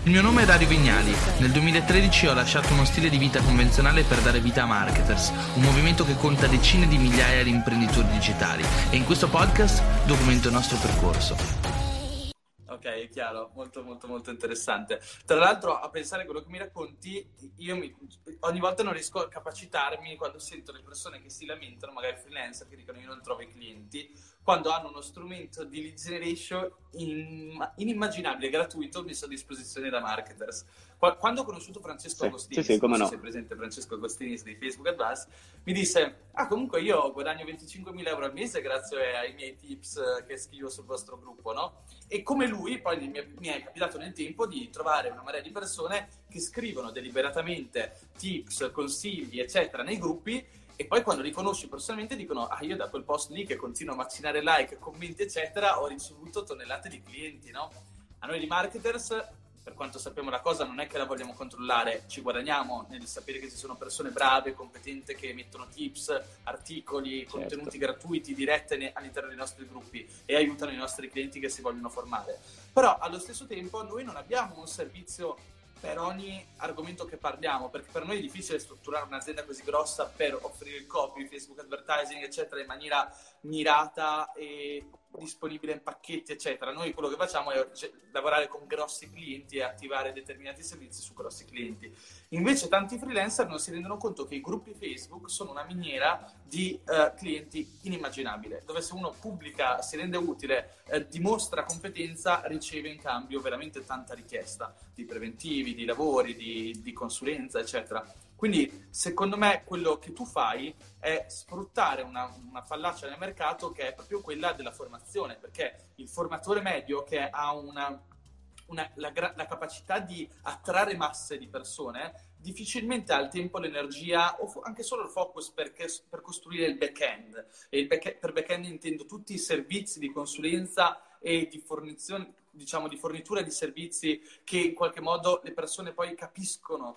Il mio nome è Dario Vignali. Nel 2013 ho lasciato uno stile di vita convenzionale per dare vita a Marketers, un movimento che conta decine di migliaia di imprenditori digitali, e in questo podcast documento il nostro percorso. Ok, è chiaro, molto molto molto interessante. Tra l'altro, a pensare a quello che mi racconti, ogni volta non riesco a capacitarmi quando sento le persone che si lamentano, magari freelancer, che dicono io non trovo i clienti, quando hanno uno strumento di lead generation inimmaginabile, gratuito, messo a disposizione da Marketers. Quando ho conosciuto Francesco Agostini, come no. sei presente Francesco Agostini di Facebook Advice, mi disse, comunque io guadagno 25.000 euro al mese grazie ai miei tips che scrivo sul vostro gruppo, no? E come lui, poi mi è capitato nel tempo di trovare una marea di persone che scrivono deliberatamente tips, consigli, eccetera, nei gruppi, e poi quando li conosci personalmente dicono io da quel post lì che continuo a macinare like, commenti, eccetera, ho ricevuto tonnellate di clienti, no? A noi di Marketers, per quanto sappiamo la cosa, non è che la vogliamo controllare, ci guadagniamo nel sapere che ci sono persone brave, competenti, che mettono tips, articoli, contenuti gratuiti, dirette all'interno dei nostri gruppi e aiutano i nostri clienti che si vogliono formare. Però allo stesso tempo noi non abbiamo un servizio per ogni argomento che parliamo, perché per noi è difficile strutturare un'azienda così grossa per offrire il copy, Facebook advertising, eccetera, in maniera mirata e disponibile in pacchetti, eccetera. Noi quello che facciamo è lavorare con grossi clienti e attivare determinati servizi su grossi clienti. Invece tanti freelancer non si rendono conto che i gruppi Facebook sono una miniera di clienti inimmaginabile, dove se uno pubblica, si rende utile, dimostra competenza, riceve in cambio veramente tanta richiesta di preventivi, di lavori, di consulenza, eccetera. Quindi, secondo me, quello che tu fai è sfruttare una fallacia nel mercato, che è proprio quella della formazione, perché il formatore medio che ha la capacità di attrarre masse di persone difficilmente ha il tempo, l'energia o anche solo il focus per costruire il back-end. E per back-end intendo tutti i servizi di consulenza e di fornizione, diciamo, di fornitura di servizi che in qualche modo le persone poi capiscono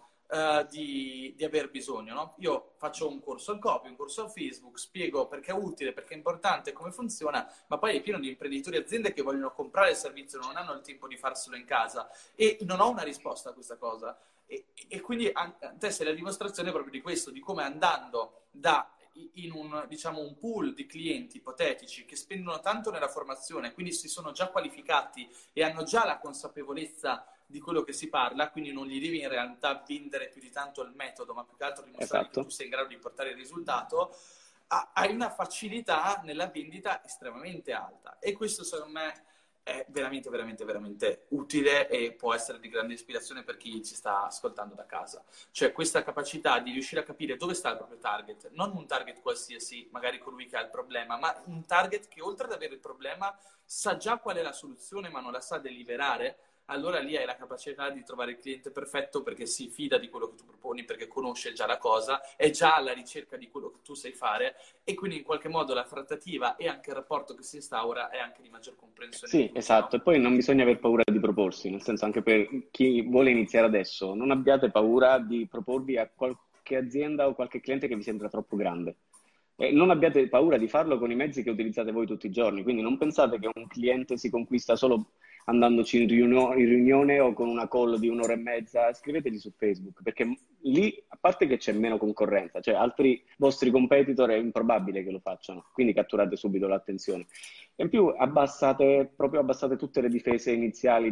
di aver bisogno, no? Io faccio un corso al copy, un corso al Facebook, spiego perché è utile, perché è importante, come funziona, ma poi è pieno di imprenditori e aziende che vogliono comprare il servizio, non hanno il tempo di farselo in casa, e non ho una risposta a questa cosa. E quindi te sei la dimostrazione proprio di questo, di come andando in un pool di clienti ipotetici che spendono tanto nella formazione, quindi si sono già qualificati e hanno già la consapevolezza di quello che si parla, quindi non gli devi in realtà vendere più di tanto il metodo, ma più che altro dimostrare che tu sei in grado di portare il risultato. Hai una facilità nella vendita estremamente alta, e questo secondo me è veramente, veramente, veramente utile e può essere di grande ispirazione per chi ci sta ascoltando da casa. Cioè questa capacità di riuscire a capire dove sta il proprio target, non un target qualsiasi, magari colui che ha il problema, ma un target che oltre ad avere il problema sa già qual è la soluzione ma non la sa deliberare. Allora lì hai la capacità di trovare il cliente perfetto, perché si fida di quello che tu proponi, perché conosce già la cosa, è già alla ricerca di quello che tu sai fare, e quindi in qualche modo la trattativa e anche il rapporto che si instaura è anche di maggior comprensione. Sì, esatto, no? E poi non bisogna aver paura di proporsi, nel senso, anche per chi vuole iniziare adesso, non abbiate paura di proporvi a qualche azienda o qualche cliente che vi sembra troppo grande. Non abbiate paura di farlo con i mezzi che utilizzate voi tutti i giorni, quindi non pensate che un cliente si conquista solo andandoci in riunione o con una call di un'ora e mezza. Scriveteli su Facebook, perché lì, a parte che c'è meno concorrenza, cioè altri vostri competitor è improbabile che lo facciano, quindi catturate subito l'attenzione. E in più abbassate tutte le difese iniziali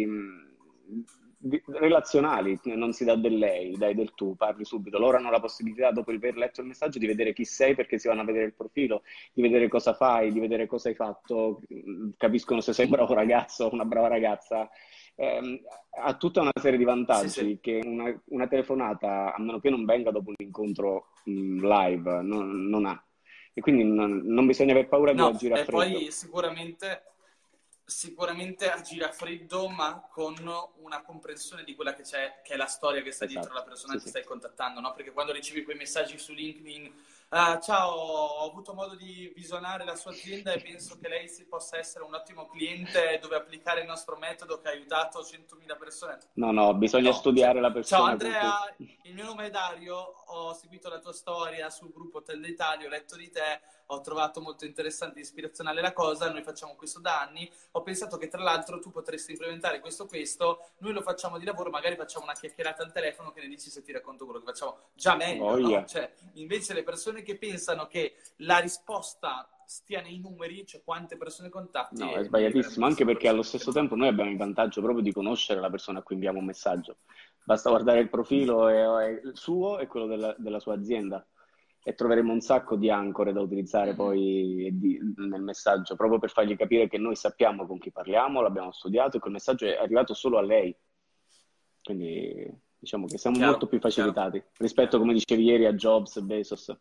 relazionali, non si dà del lei, dai del tu, parli subito. Loro hanno la possibilità, dopo aver letto il messaggio, di vedere chi sei, perché si vanno a vedere il profilo, di vedere cosa fai, di vedere cosa hai fatto, capiscono se sei un bravo ragazzo o una brava ragazza. Ha tutta una serie di vantaggi che una telefonata, a meno che non venga dopo un incontro live, non ha. E quindi non bisogna aver paura di agire a freddo. E poi sicuramente agire a freddo, ma con una comprensione di quella che c'è, che è la storia che sta dietro la persona che stai contattando, no? Perché quando ricevi quei messaggi su LinkedIn Ciao, ho avuto modo di visionare la sua azienda e penso che lei possa essere un ottimo cliente dove applicare il nostro metodo che ha aiutato 100.000 persone. No, bisogna No, cioè, studiare la ciao persona con cui... Andrea, il mio nome è Dario, ho seguito la tua storia sul gruppo Hotel d'Italia, ho letto di te, ho trovato molto interessante e ispirazionale la cosa, noi facciamo questo da anni, ho pensato che tra l'altro tu potresti implementare questo, noi lo facciamo di lavoro, magari facciamo una chiacchierata al telefono, che ne dici se ti racconto quello che facciamo? Già meglio, no? Voglia. Cioè, invece le persone che pensano che la risposta stia nei numeri, cioè quante persone contatti, No, è e noi sbagliatissimo, veramente anche siamo perché allo persone che stesso non tempo noi abbiamo il vantaggio proprio di conoscere la persona a cui inviamo un messaggio. Basta guardare il profilo il suo e quello della sua azienda e troveremo un sacco di ancore da utilizzare Mhm. poi nel messaggio, proprio per fargli capire che noi sappiamo con chi parliamo, l'abbiamo studiato e quel messaggio è arrivato solo a lei. Quindi diciamo che siamo molto Chiaro, più chiaro, facilitati rispetto, chiaro. come dicevi ieri, a Jobs, Bezos.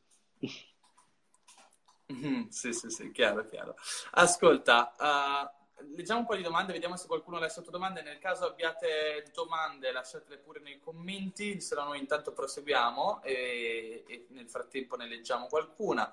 Mhm, sì, sì, sì, chiaro, chiaro. Ascolta, leggiamo un po' di domande, vediamo se qualcuno ha lasciato domande. Nel caso abbiate domande, lasciatele pure nei commenti, se no noi intanto proseguiamo e nel frattempo ne leggiamo qualcuna.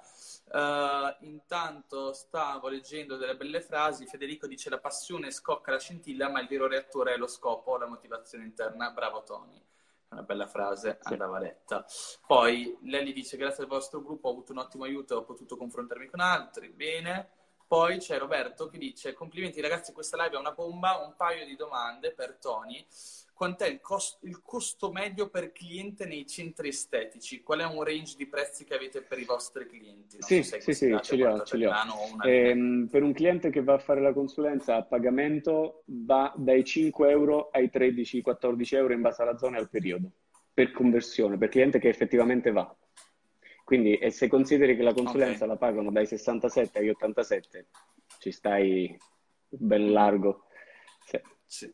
Intanto stavo leggendo delle belle frasi. Federico dice: la passione scocca la scintilla, ma il vero reattore è lo scopo, la motivazione interna. Bravo Tony. Una bella frase, Sì. andava letta. Poi Lelli dice: grazie al vostro gruppo ho avuto un ottimo aiuto e ho potuto confrontarmi con altri. Bene. Poi c'è Roberto che dice: complimenti ragazzi, questa live è una bomba. Un paio di domande per Tony. Quant'è il costo medio per cliente nei centri estetici? Qual è un range di prezzi che avete per i vostri clienti? Non so se Sì, considerate ce li una ho, quota ce li di ho. mano o una linea. Per un cliente che va a fare la consulenza a pagamento va dai 5 euro ai 13-14 euro in base alla zona e al periodo, per conversione, per cliente che effettivamente va. Quindi, e se consideri che la consulenza Ok. la pagano dai 67 agli 87, ci stai ben Mhm. largo. Sì. Sì.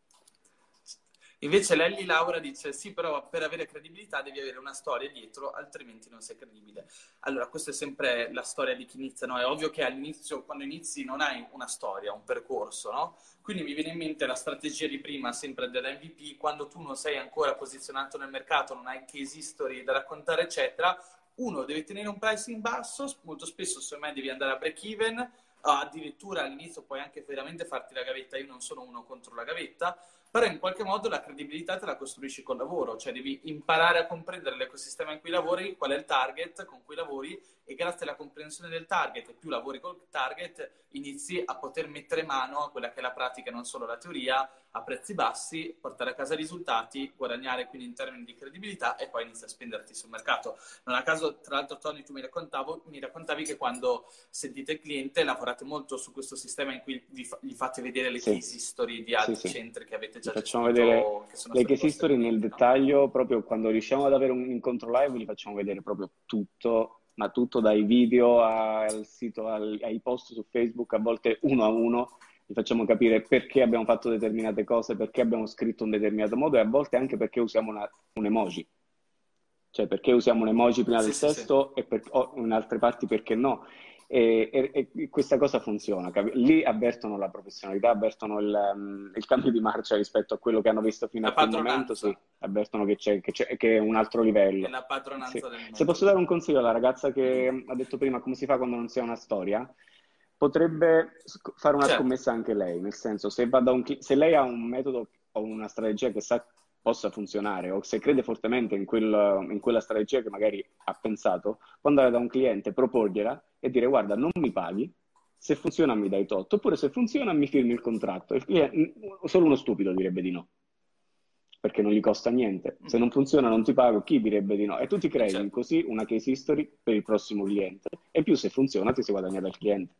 Invece Lelli Laura dice: sì, però per avere credibilità devi avere una storia dietro, altrimenti non sei credibile. Allora, questa è sempre la storia di chi inizia, no? È ovvio che all'inizio, quando inizi, non hai una storia, un percorso, no? Quindi mi viene in mente la strategia di prima, sempre dell'MVP, quando tu non sei ancora posizionato nel mercato, non hai case history da raccontare, eccetera. Uno, deve tenere un pricing basso, molto spesso secondo me devi andare a break even, addirittura all'inizio puoi anche veramente farti la gavetta. Io non sono uno contro la gavetta, però in qualche modo la credibilità te la costruisci col lavoro, cioè devi imparare a comprendere l'ecosistema in cui lavori, qual è il target con cui lavori, e grazie alla comprensione del target e più lavori col target inizi a poter mettere mano a quella che è la pratica, non solo la teoria, a prezzi bassi, portare a casa risultati, guadagnare quindi in termini di credibilità e poi inizi a spenderti sul mercato. Non a caso, tra l'altro, Tony, tu mi raccontavi che quando sentite il cliente lavorate molto su questo sistema in cui gli fate vedere le Sì, case history di sì, altri sì. centri che avete Gli già facciamo vedere gestito, che sono le stati case vostri history nel clienti, no? dettaglio, proprio quando riusciamo ad avere un incontro live, gli facciamo vedere proprio tutto, ma tutto dai video al sito, ai post su Facebook, a volte uno a uno, gli facciamo capire perché abbiamo fatto determinate cose, perché abbiamo scritto un determinato modo e a volte anche perché usiamo un emoji. Cioè perché usiamo un emoji prima Sì, del sì, sì. testo o in altre parti perché no. E questa cosa funziona. Lì avvertono la professionalità, avvertono il cambio di marcia rispetto a quello che hanno visto fino a La quel momento, sì, padronanza. avvertono che è un altro È livello. la Sì. padronanza del Se posso metodo. dare un consiglio alla ragazza Mhm. che ha detto prima come si fa quando non si ha una storia, potrebbe fare una Certo. scommessa anche lei, nel senso se lei ha un metodo o una strategia che sa possa funzionare o se crede fortemente in quella strategia che magari ha pensato, può andare da un cliente, proporgliela e dire guarda, non mi paghi, se funziona mi dai tot, oppure se funziona mi firmi il contratto. Solo uno stupido direbbe di no, perché non gli costa niente. Se non Mhm. funziona non ti pago, chi direbbe di no? E tu ti crei Certo. così una case history per il prossimo cliente e più se funziona ti si guadagna dal cliente.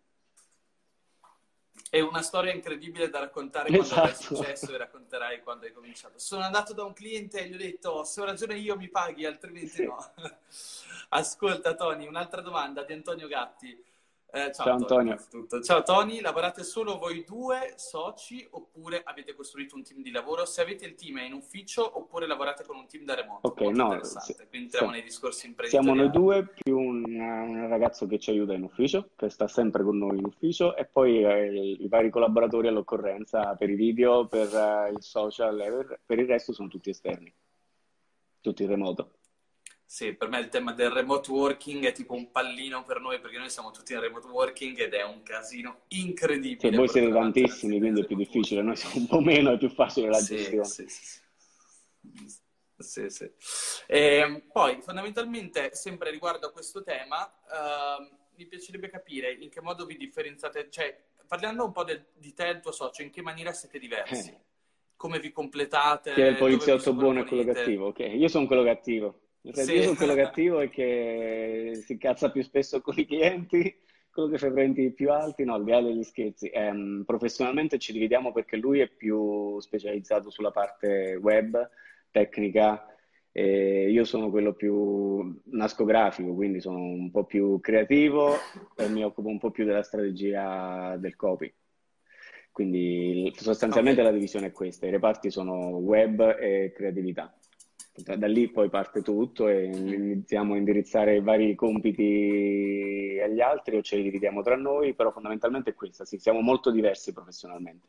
È una storia incredibile da raccontare quando avrai Esatto. successo e racconterai quando hai cominciato. Sono andato da un cliente e gli ho detto: se ho ragione io mi paghi, altrimenti Sì. no. Ascolta, Tony, un'altra domanda di Antonio Gatti. Ciao Ciao Antonio, Antonio. innanzitutto. Ciao Tony, lavorate solo voi due soci oppure avete costruito un team di lavoro? Se avete il team è in ufficio oppure lavorate con un team da remoto? Ok, Molto no, interessante. Quindi entriamo nei discorsi siamo noi imprenditoriali. due più un ragazzo che ci aiuta in ufficio, che sta sempre con noi in ufficio, e poi i vari collaboratori all'occorrenza per i video, per il social, per il resto sono tutti esterni, tutti in remoto. Sì, per me il tema del remote working è tipo un pallino per noi, perché noi siamo tutti in remote working ed è un casino Cioè, incredibile voi siete portare avanti tantissimi, un'azienda in quindi è più remote difficile, working. noi siamo un po' meno, è più facile la Sì, gestione. sì, sì. Sì, sì. Poi, fondamentalmente, sempre riguardo a questo tema, mi piacerebbe capire in che modo vi differenziate, cioè, parlando un po' di te e il tuo socio, in che maniera siete diversi? Come vi Chi è il completate? Dove vi poliziotto buono e quello sovrapponete? cattivo? Ok, io sono quello cattivo. Nel senso, io Sì. sono quello cattivo e che si incazza più spesso con i clienti, quello che fa i prenditi più alti, no, al di là degli scherzi. Professionalmente ci dividiamo perché lui è più specializzato sulla parte web, tecnica, e io sono quello più nascografico, quindi sono un po' più creativo e mi occupo un po' più della strategia del copy. Quindi Ok. sostanzialmente la divisione è questa, i reparti sono web e creatività. Da lì poi parte tutto e Mm. iniziamo a indirizzare i vari compiti agli altri o ce li dividiamo tra noi, però fondamentalmente è questa, sì, siamo molto diversi professionalmente.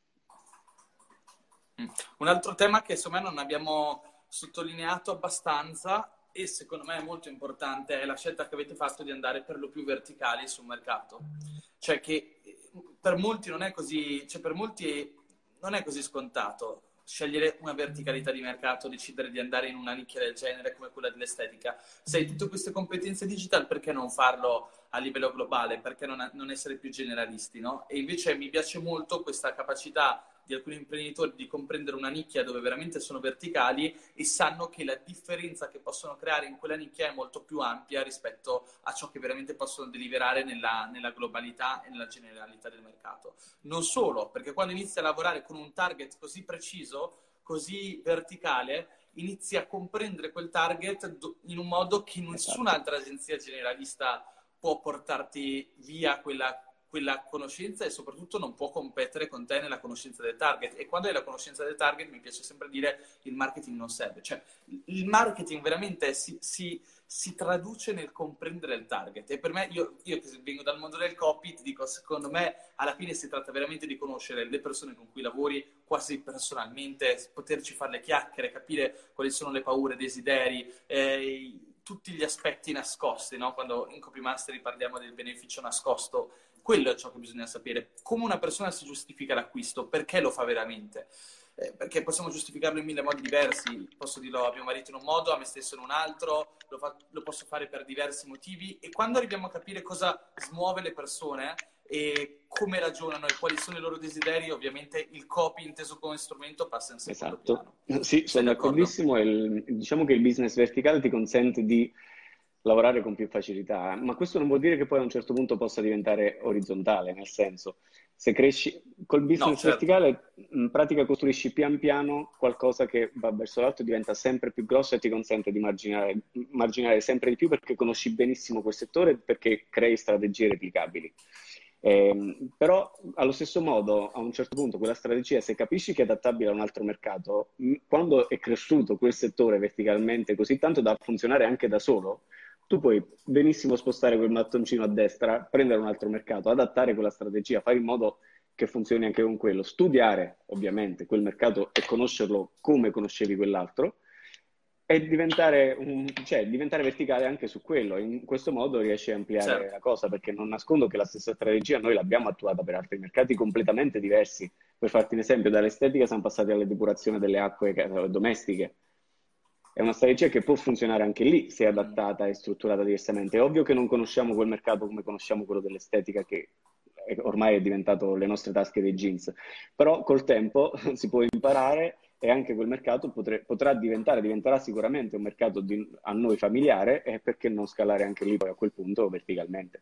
Mm. Un altro tema che secondo me non abbiamo sottolineato abbastanza e secondo me è molto importante è la scelta che avete fatto di andare per lo più verticali sul mercato. Cioè che per molti non è così, cioè per molti non è così scontato scegliere una verticalità di mercato, decidere di andare in una nicchia del genere come quella dell'estetica. Se hai tutte queste competenze digital, perché non farlo a livello globale? Perché non essere più generalisti, no? E invece mi piace molto questa capacità di alcuni imprenditori di comprendere una nicchia dove veramente sono verticali e sanno che la differenza che possono creare in quella nicchia è molto più ampia rispetto a ciò che veramente possono deliberare nella globalità e nella generalità del mercato. Non solo, perché quando inizi a lavorare con un target così preciso, così verticale, inizi a comprendere quel target in un modo che Esatto, nessun'altra agenzia generalista può portarti via quella conoscenza e soprattutto non può competere con te nella conoscenza del target. E quando hai la conoscenza del target, mi piace sempre dire, il marketing non serve. Cioè, il marketing veramente si traduce nel comprendere il target. E per me, io che vengo dal mondo del copy, ti dico, secondo me, alla fine si tratta veramente di conoscere le persone con cui lavori quasi personalmente, poterci fare le chiacchiere, capire quali sono le paure, i desideri, tutti gli aspetti nascosti, no? Quando in Copy Mastery parliamo del beneficio nascosto, quello è ciò che bisogna sapere. Come una persona si giustifica l'acquisto, perché lo fa veramente? Perché possiamo giustificarlo in mille modi diversi. Posso dirlo a mio marito in un modo, a me stesso in un altro, lo posso fare per diversi motivi. E quando arriviamo a capire cosa smuove le persone e come ragionano e quali sono i loro desideri, ovviamente il copy inteso come strumento passa in secondo esatto. piano. Sì, Sei sono d'accordo? d'accordissimo e diciamo che il business verticale ti consente di lavorare con più facilità, ma questo non vuol dire che poi a un certo punto possa diventare orizzontale, nel senso, se cresci col No, business certo. verticale, in pratica costruisci pian piano qualcosa che va verso l'alto, diventa sempre più grosso e ti consente di marginare sempre di più perché conosci benissimo quel settore, perché crei strategie replicabili. Però allo stesso modo, a un certo punto, quella strategia, se capisci che è adattabile a un altro mercato, quando è cresciuto quel settore verticalmente così tanto da funzionare anche da solo, tu puoi benissimo spostare quel mattoncino a destra, prendere un altro mercato, adattare quella strategia, fare in modo che funzioni anche con quello, studiare ovviamente quel mercato e conoscerlo come conoscevi quell'altro e diventare verticale anche su quello. In questo modo riesci a ampliare Certo. la cosa, perché non nascondo che la stessa strategia noi l'abbiamo attuata per altri mercati completamente diversi. Per farti un esempio, dall'estetica siamo passati alla depurazione delle acque domestiche. È una strategia che può funzionare anche lì se Mm. adattata e strutturata diversamente. È ovvio che non conosciamo quel mercato come conosciamo quello dell'estetica, che ormai è diventato le nostre tasche dei jeans, però col tempo si può imparare e anche quel mercato diventerà sicuramente un mercato a noi familiare e perché non scalare anche lì poi a quel punto verticalmente.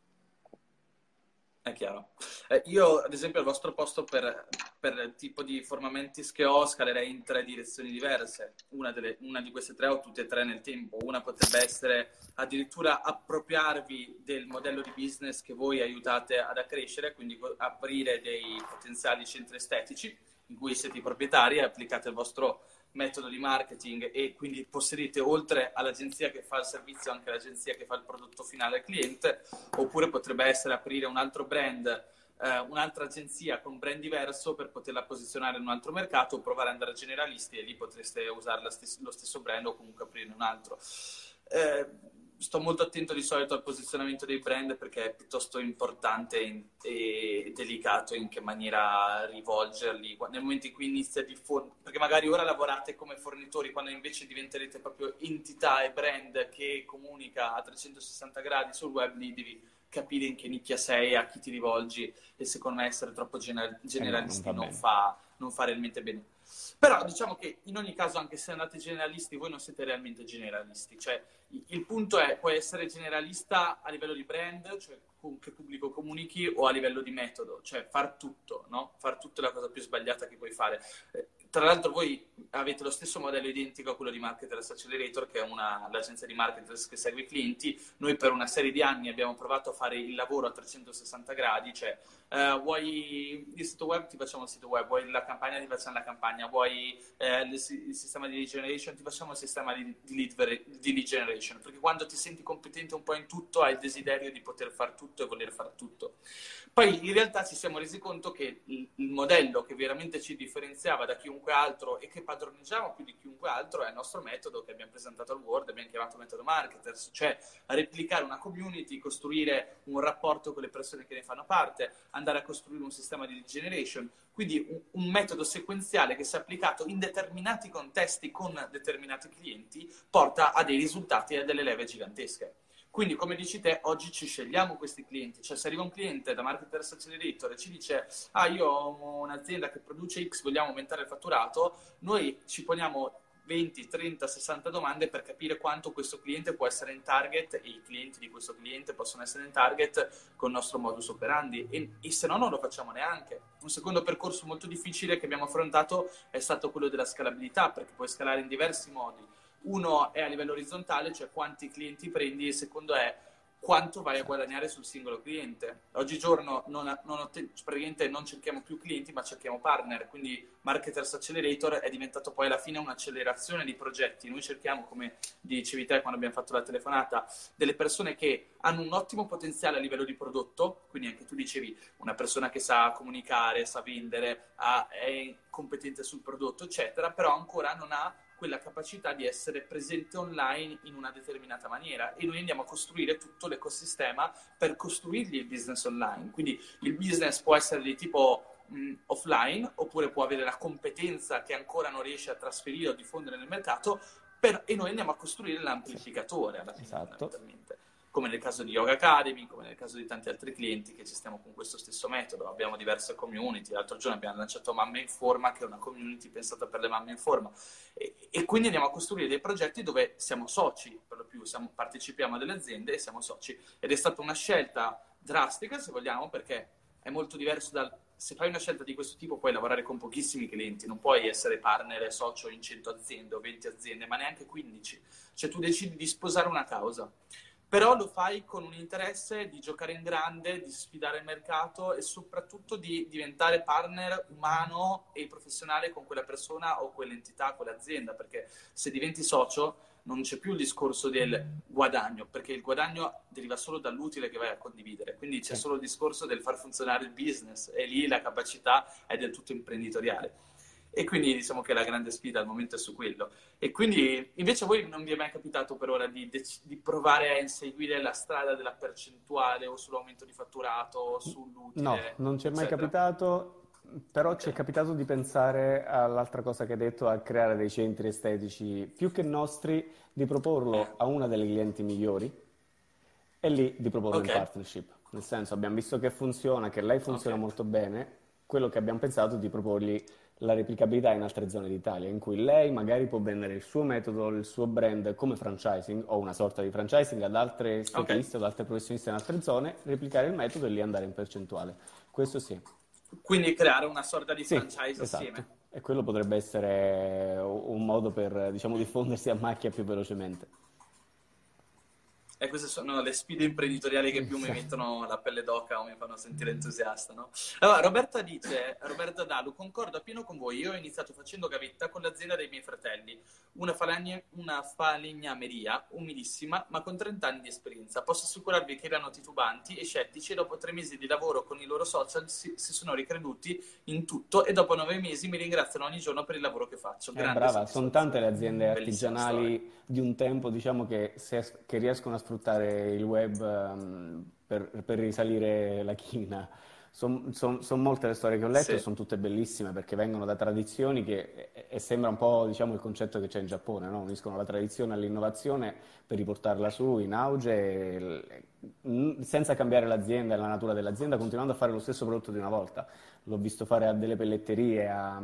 È chiaro. Io, ad esempio, al vostro posto per il tipo di formamentis che ho, scalerei in tre direzioni diverse. Una di queste tre o tutte e tre nel tempo. Una potrebbe essere addirittura appropriarvi del modello di business che voi aiutate ad accrescere, quindi aprire dei potenziali centri estetici in cui siete i proprietari e applicate il vostro metodo di marketing e quindi possedete oltre all'agenzia che fa il servizio anche l'agenzia che fa il prodotto finale al cliente, oppure potrebbe essere aprire un altro brand un'altra agenzia con brand diverso per poterla posizionare in un altro mercato o provare ad andare a generalisti e lì potreste usare lo stesso brand o comunque aprire un altro. Sto molto attento di solito al posizionamento dei brand perché è piuttosto importante e delicato in che maniera rivolgerli nel momento in cui inizia a diffondere, perché magari ora lavorate come fornitori, quando invece diventerete proprio entità e brand che comunica a 360 gradi sul web, lì devi capire in che nicchia sei, a chi ti rivolgi, e secondo me essere troppo generalisti non fa realmente bene. Però diciamo che in ogni caso, anche se andate generalisti, voi non siete realmente generalisti. Cioè, il punto è, puoi essere generalista a livello di brand, cioè con che pubblico comunichi, o a livello di metodo, cioè far tutto, no? Far tutto è la cosa più sbagliata che puoi fare. Tra l'altro voi avete lo stesso modello identico a quello di Marketers Accelerator, che è l'agenzia di marketers che segue i clienti. Noi per una serie di anni abbiamo provato a fare il lavoro a 360 gradi, cioè vuoi il sito web, ti facciamo il sito web, vuoi la campagna, ti facciamo la campagna, vuoi il sistema di lead generation, ti facciamo il sistema di lead generation, perché quando ti senti competente un po' in tutto hai il desiderio di poter fare tutto e voler fare tutto. Poi in realtà ci siamo resi conto che il modello che veramente ci differenziava da chiunque altro e che padroneggiamo più di chiunque altro è il nostro metodo che abbiamo presentato al World, abbiamo chiamato metodo Marketers, cioè replicare una community, costruire un rapporto con le persone che ne fanno parte, andare a costruire un sistema di lead generation, quindi un metodo sequenziale che se applicato in determinati contesti con determinati clienti porta a dei risultati e a delle leve gigantesche. Quindi, come dici te, oggi ci scegliamo questi clienti. Cioè, se arriva un cliente da Marketers Accelerator e ci dice io ho un'azienda che produce X, vogliamo aumentare il fatturato, noi ci poniamo 20, 30, 60 domande per capire quanto questo cliente può essere in target e i clienti di questo cliente possono essere in target con il nostro modus operandi. E se no, non lo facciamo neanche. Un secondo percorso molto difficile che abbiamo affrontato è stato quello della scalabilità, perché puoi scalare in diversi modi. Uno è a livello orizzontale, cioè quanti clienti prendi, e il secondo è quanto vai a guadagnare sul singolo cliente. Oggigiorno praticamente non cerchiamo più clienti, ma cerchiamo partner, quindi Marketers Accelerator è diventato poi alla fine un'accelerazione di progetti. Noi cerchiamo, come dicevi te quando abbiamo fatto la telefonata, delle persone che hanno un ottimo potenziale a livello di prodotto, quindi anche tu dicevi una persona che sa comunicare, sa vendere, è competente sul prodotto, eccetera, però ancora non ha quella capacità di essere presente online in una determinata maniera, e noi andiamo a costruire tutto l'ecosistema per costruirgli il business online. Quindi il business può essere di tipo offline, oppure può avere la competenza che ancora non riesce a trasferire o diffondere nel mercato, e noi andiamo a costruire l'amplificatore alla fine, fondamentalmente. Come nel caso di Yoga Academy, come nel caso di tanti altri clienti che ci stiamo con questo stesso metodo. Abbiamo diverse community. L'altro giorno abbiamo lanciato Mamme in Forma, che è una community pensata per le mamme in forma. E quindi andiamo a costruire dei progetti dove siamo soci, per lo più partecipiamo a delle aziende e siamo soci. Ed è stata una scelta drastica, se vogliamo, perché è molto diverso se fai una scelta di questo tipo puoi lavorare con pochissimi clienti, non puoi essere partner e socio in 100 aziende o 20 aziende, ma neanche 15. Cioè tu decidi di sposare una causa. Però lo fai con un interesse di giocare in grande, di sfidare il mercato e soprattutto di diventare partner umano e professionale con quella persona o quell'entità, quell'azienda, perché se diventi socio non c'è più il discorso del guadagno, perché il guadagno deriva solo dall'utile che vai a condividere, quindi c'è solo il discorso del far funzionare il business, e lì la capacità è del tutto imprenditoriale. E quindi diciamo che la grande sfida al momento è su quello. E quindi invece a voi non vi è mai capitato per ora di provare a inseguire la strada della percentuale o sull'aumento di fatturato o sull'utile? No, non ci è mai capitato, però ci è capitato di pensare all'altra cosa che hai detto, a creare dei centri estetici più che nostri, di proporlo a una delle clienti migliori e lì di proporlo in partnership. Nel senso, abbiamo visto che funziona, che lei funziona molto bene, quello che abbiamo pensato è di proporgli la replicabilità in altre zone d'Italia, in cui lei magari può vendere il suo metodo, il suo brand come franchising o una sorta di franchising ad altre stilisti o ad altre professioniste in altre zone, replicare il metodo e lì andare in percentuale. Questo sì. Quindi creare una sorta di franchise assieme. Esatto. E quello potrebbe essere un modo per, diciamo, diffondersi a macchia più velocemente. queste sono le sfide imprenditoriali che più mi mettono la pelle d'oca o mi fanno sentire entusiasta, no? Allora, Roberta Dalu, concordo appieno con voi. Io ho iniziato facendo gavetta con l'azienda dei miei fratelli, una falegnameria umilissima, ma con 30 anni di esperienza. Posso assicurarvi che erano titubanti e scettici e dopo 3 mesi di lavoro con i loro social si sono ricreduti in tutto e dopo 9 mesi mi ringraziano ogni giorno per il lavoro che faccio. Brava, sono tante le aziende artigianali di un tempo, diciamo, che riescono a sfruttare il web per risalire la china. Sono molte le storie che ho letto, Sì. sono tutte bellissime perché vengono da tradizioni e sembra un po', diciamo, il concetto che c'è in Giappone, no? Uniscono la tradizione all'innovazione per riportarla su in auge, senza cambiare l'azienda e la natura dell'azienda, continuando a fare lo stesso prodotto di una volta. L'ho visto fare a delle pelletterie, a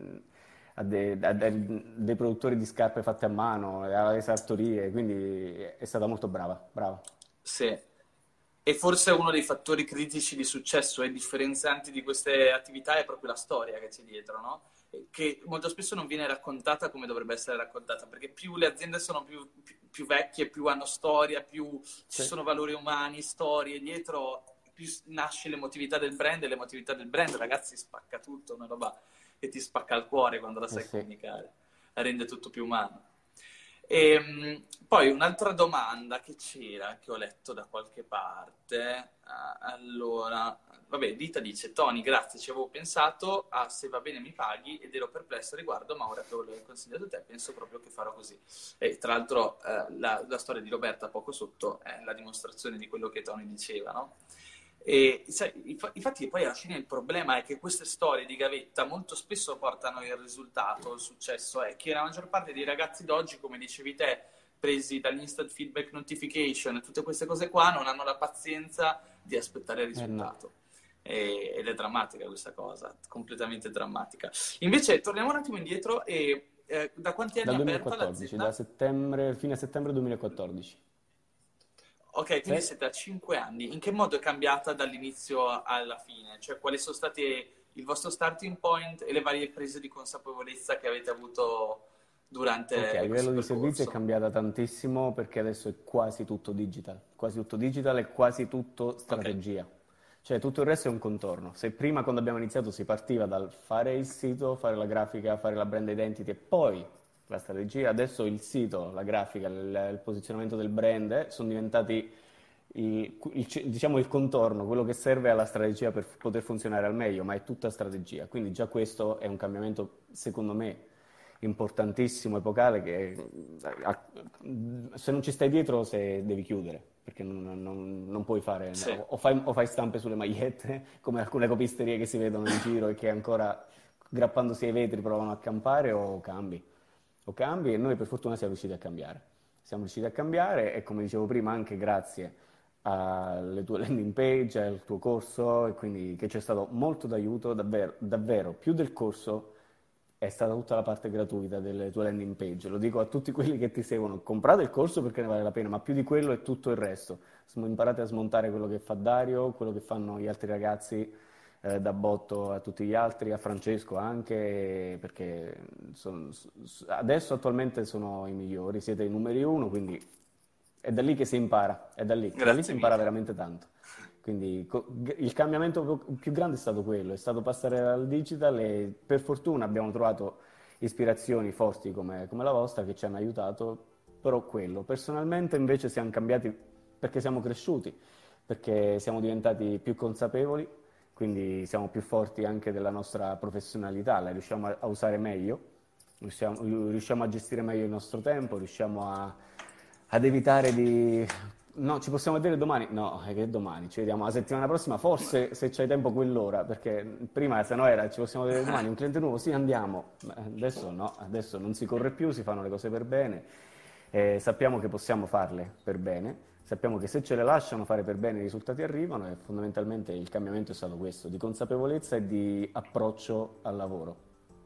dei produttori di scarpe fatte a mano, alle sartorie, quindi è stata molto brava. Sì. E forse uno dei fattori critici di successo e differenzianti di queste attività è proprio la storia che c'è dietro, no? Che molto spesso non viene raccontata come dovrebbe essere raccontata, perché più le aziende sono più vecchie, più hanno storia, più ci sono valori umani, storie dietro, più nasce l'emotività del brand, e l'emotività del brand, ragazzi, spacca tutto, una roba che ti spacca il cuore quando la sai comunicare, rende tutto più umano. E poi un'altra domanda che c'era, che ho letto da qualche parte, allora, vabbè, Dita dice: Tony, grazie, ci avevo pensato, se va bene mi paghi, ed ero perplesso a riguardo, ma ora che l'hai consigliato te, penso proprio che farò così. E tra l'altro la storia di Roberta poco sotto è la dimostrazione di quello che Tony diceva, no? E infatti poi alla fine il problema è che queste storie di gavetta molto spesso portano il risultato, il successo è che la maggior parte dei ragazzi d'oggi, come dicevi te, presi dall'instant feedback notification e tutte queste cose qua, non hanno la pazienza di aspettare il risultato. Ed è drammatica questa cosa, completamente drammatica. Invece torniamo un attimo indietro e da quanti anni è aperta l'azienda? Da fine settembre 2014. Ok, quindi siete a 5 anni. In che modo è cambiata dall'inizio alla fine? Cioè, quali sono stati il vostro starting point e le varie prese di consapevolezza che avete avuto durante a livello di servizi è percorso? cambiata tantissimo perché adesso è quasi tutto digital e quasi tutto strategia. Cioè tutto il resto è un contorno. Se prima, quando abbiamo iniziato, si partiva dal fare il sito, fare la grafica, fare la brand identity e poi la strategia, adesso il sito, la grafica, il posizionamento del brand sono diventati diciamo il contorno, quello che serve alla strategia per poter funzionare al meglio, ma è tutta strategia. Quindi già questo è un cambiamento, secondo me, importantissimo, epocale, che se non ci stai dietro devi chiudere, perché non puoi fare, o fai stampe sulle magliette, come alcune copisterie che si vedono in giro e che ancora, grappandosi ai vetri, provano a campare, o cambi, e noi per fortuna siamo riusciti a cambiare e, come dicevo prima, anche grazie alle tue landing page, al tuo corso, e quindi che c'è stato molto d'aiuto, davvero, davvero, più del corso è stata tutta la parte gratuita delle tue landing page. Lo dico a tutti quelli che ti seguono: comprate il corso perché ne vale la pena, ma più di quello è tutto il resto. Imparate a smontare quello che fa Dario, quello che fanno gli altri ragazzi, da Botto a tutti gli altri, a Francesco anche, perché adesso attualmente sono i migliori, siete i numeri 1, quindi è da lì che si impara, da lì si impara veramente tanto. Quindi il cambiamento più grande è stato quello, è stato passare al digital, e per fortuna abbiamo trovato ispirazioni forti come la vostra che ci hanno aiutato, però quello. Personalmente invece siamo cambiati perché siamo cresciuti, perché siamo diventati più consapevoli, quindi siamo più forti anche della nostra professionalità, la riusciamo a usare meglio, riusciamo a gestire meglio il nostro tempo, riusciamo ad evitare di... No, ci possiamo vedere domani? No, è che domani, ci vediamo la settimana prossima, forse se c'hai tempo quell'ora, perché prima se no era ci possiamo vedere domani, un cliente nuovo, sì andiamo, adesso no, adesso non si corre più, si fanno le cose per bene, sappiamo che possiamo farle per bene, sappiamo che se ce le lasciano fare per bene i risultati arrivano, e fondamentalmente il cambiamento è stato questo, di consapevolezza e di approccio al lavoro.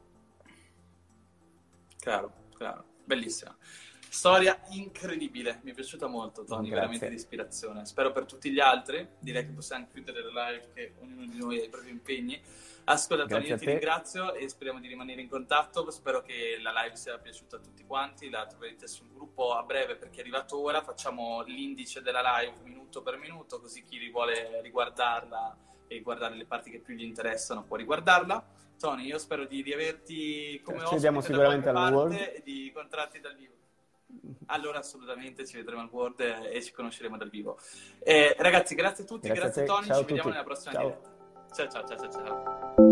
Claro, bellissima. Storia incredibile, mi è piaciuta molto, Tony, veramente di ispirazione. Spero per tutti gli altri, direi che possiamo chiudere la live, che ognuno di noi ha i propri impegni. Ascolta Tony, Grazie io a ti te. ringrazio e speriamo di rimanere in contatto. Spero che la live sia piaciuta a tutti quanti. La troverete sul gruppo a breve perché è arrivato ora. Facciamo l'indice della live minuto per minuto, così chi vuole riguardarla e guardare le parti che più gli interessano può riguardarla. Tony, io spero di riaverti come Ci vediamo ospite da sicuramente qualche al parte World. e di incontrarti dal vivo. Allora assolutamente ci vedremo al World e ci conosceremo dal vivo. Ragazzi, grazie a tutti, Grazie a grazie te. Tony, Ciao ci a vediamo tutti. nella prossima Ciao. diretta. Ciao ciao ciao ciao ciao.